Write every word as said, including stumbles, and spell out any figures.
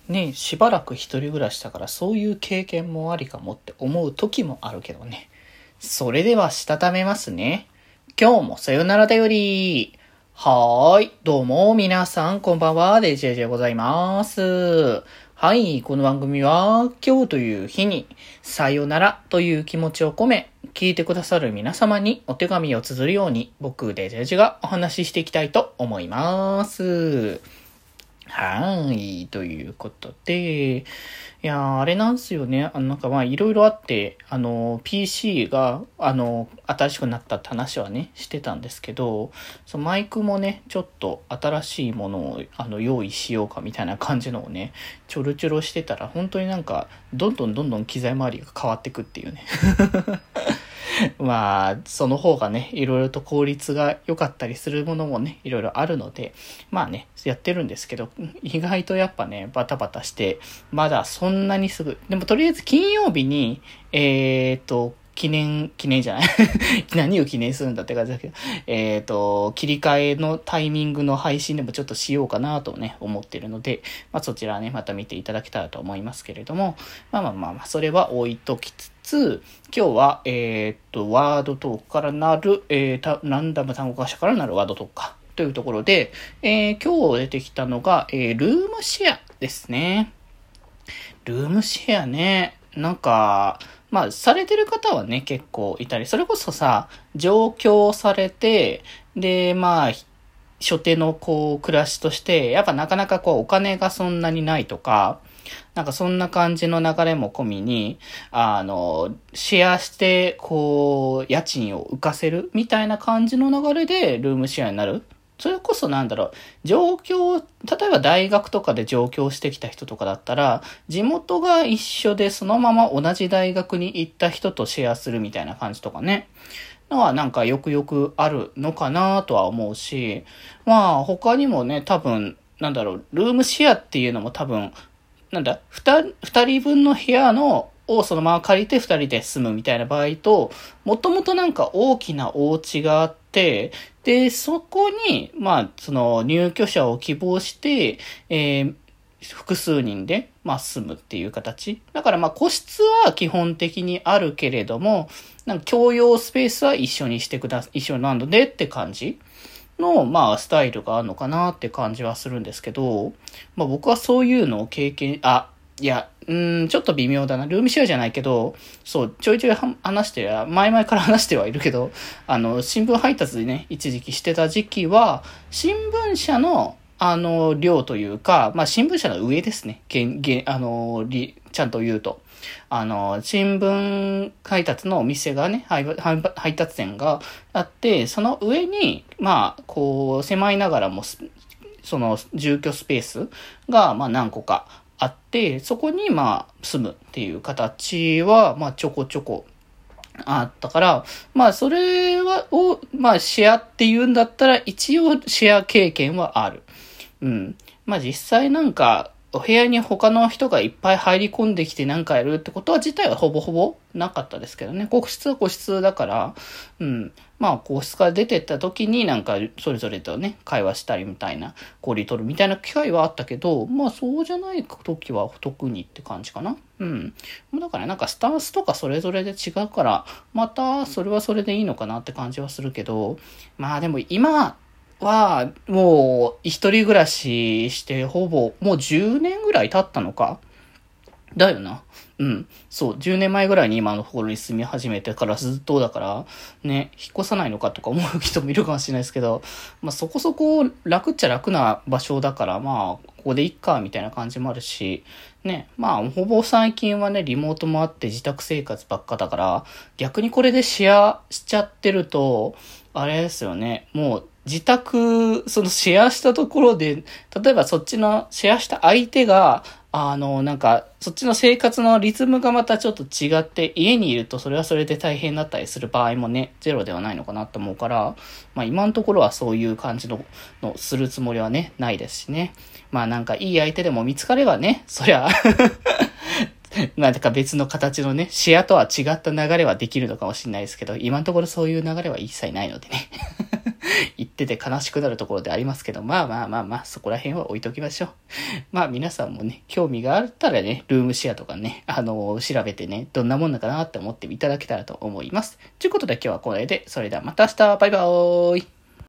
ね、しばらく一人暮らしだからそういう経験もありかもって思う時もあるけどね。それではしたためますね。今日もさよならだより。はーい。どうも皆さんこんばんは。デジェジでございます。はい。この番組は今日という日にさよならという気持ちを込め聞いてくださる皆様にお手紙を綴るように僕デジェジがお話ししていきたいと思います。はい。ということで、いやー、あれなんですよね。あの、なんかまあ、いろいろあって、あの、ピーシー が、あの、新しくなったって話はね、してたんですけど、そのマイクもね、ちょっと新しいものを、あの、用意しようかみたいな感じのをね、ちょろちょろしてたら、本当になんか、どんどんどんどん機材周りが変わってくっていうね。まあ、その方がね、いろいろと効率が良かったりするものもね、いろいろあるので、まあね、やってるんですけど、意外とやっぱね、バタバタして、まだそんなにすぐ、でもとりあえず金曜日に、えーっと、記念、記念じゃない何を記念するんだって感じだけど、えーっと、切り替えのタイミングの配信でもちょっとしようかなとね、思ってるので、まあそちらね、また見ていただけたらと思いますけれども、まあまあまあまあ、それは置いときつつ、今日は、えーっと、ワードトークからなる、えー、たランダム単語化社からなるワードトークか。というところで、えー、今日出てきたのが、えー、ルームシェアですね。ルームシェアね。なんか、まあ、されてる方はね、結構いたり、それこそさ、上京されて、で、まあ、初手のこう、暮らしとして、やっぱなかなかこう、お金がそんなにないとか、なんかそんな感じの流れも込みに、あの、シェアして、こう、家賃を浮かせるみたいな感じの流れでルームシェアになる。それこそなんだろう、上京、例えば大学とかで上京してきた人とかだったら、地元が一緒でそのまま同じ大学に行った人とシェアするみたいな感じとかね。のはなんかよくよくあるのかなとは思うし、まあ他にもね、多分、なんだろう、ルームシェアっていうのも多分、なんだ、二人、二人分の部屋の、をそのまま借りて二人で住むみたいな場合と、もともとなんか大きなお家があって、で、そこに、まあ、その入居者を希望して、えー、複数人で、まあ、住むっていう形。だからまあ、個室は基本的にあるけれども、なんか共用スペースは一緒にしてください、一緒なのでって感じの、まあ、スタイルがあるのかなって感じはするんですけど、まあ僕はそういうのを経験、あ、いや、うーん、ちょっと微妙だな。ルームシェアじゃないけど、そう、ちょいちょい話しては、前々から話してはいるけど、あの、新聞配達でね、一時期してた時期は、新聞社の、あの、量というか、まあ新聞社の上ですね。げん、げん、あの、り、ちゃんと言うと。あの、新聞配達のお店がね、配配達店があって、その上に、まあ、こう、狭いながらも、その住居スペースが、まあ何個かあって、そこに、まあ、住むっていう形は、まあ、ちょこちょこあったから、まあ、それは、を、まあ、シェアっていうんだったら、一応シェア経験はある。うん。まあ、実際なんか、お部屋に他の人がいっぱい入り込んできてなんかやるってことは自体はほぼほぼなかったですけどね。個室は個室だから、うん。まあ、個室から出てった時になんかそれぞれとね、会話したりみたいな、交流取るみたいな機会はあったけど、まあそうじゃない時は特にって感じかな。うん。だからなんかスタンスとかそれぞれで違うから、またそれはそれでいいのかなって感じはするけど、まあでも今、は、もう、一人暮らしして、ほぼ、もうじゅうねんぐらい経ったのかだよな。うん。そう、じゅうねんまえぐらいに今のところに住み始めてからずっとだから、ね、引っ越さないのかとか思う人もいるかもしれないですけど、まあそこそこ楽っちゃ楽な場所だから、まあ、ここでいっか、みたいな感じもあるし、ね、まあ、ほぼ最近はね、リモートもあって自宅生活ばっかだから、逆にこれでシェアしちゃってると、あれですよね、もう、自宅、そのシェアしたところで、例えばそっちのシェアした相手が、あの、なんか、そっちの生活のリズムがまたちょっと違って、家にいるとそれはそれで大変だったりする場合もね、ゼロではないのかなと思うから、まあ今のところはそういう感じの、のするつもりはね、ないですしね。まあなんかいい相手でも見つかればね、そりゃ、なんか別の形のね、シェアとは違った流れはできるのかもしれないですけど、今のところそういう流れは一切ないのでね。 言ってて悲しくなるところでありますけど、まあまあまあまあ、そこら辺は置いときましょう。まあ皆さんもね、興味があったらね、ルームシェアとかね、あのー、調べてね、どんなもんなのかなって思っていただけたらと思います。ということで今日はこれで、それではまた明日、バイバーイ。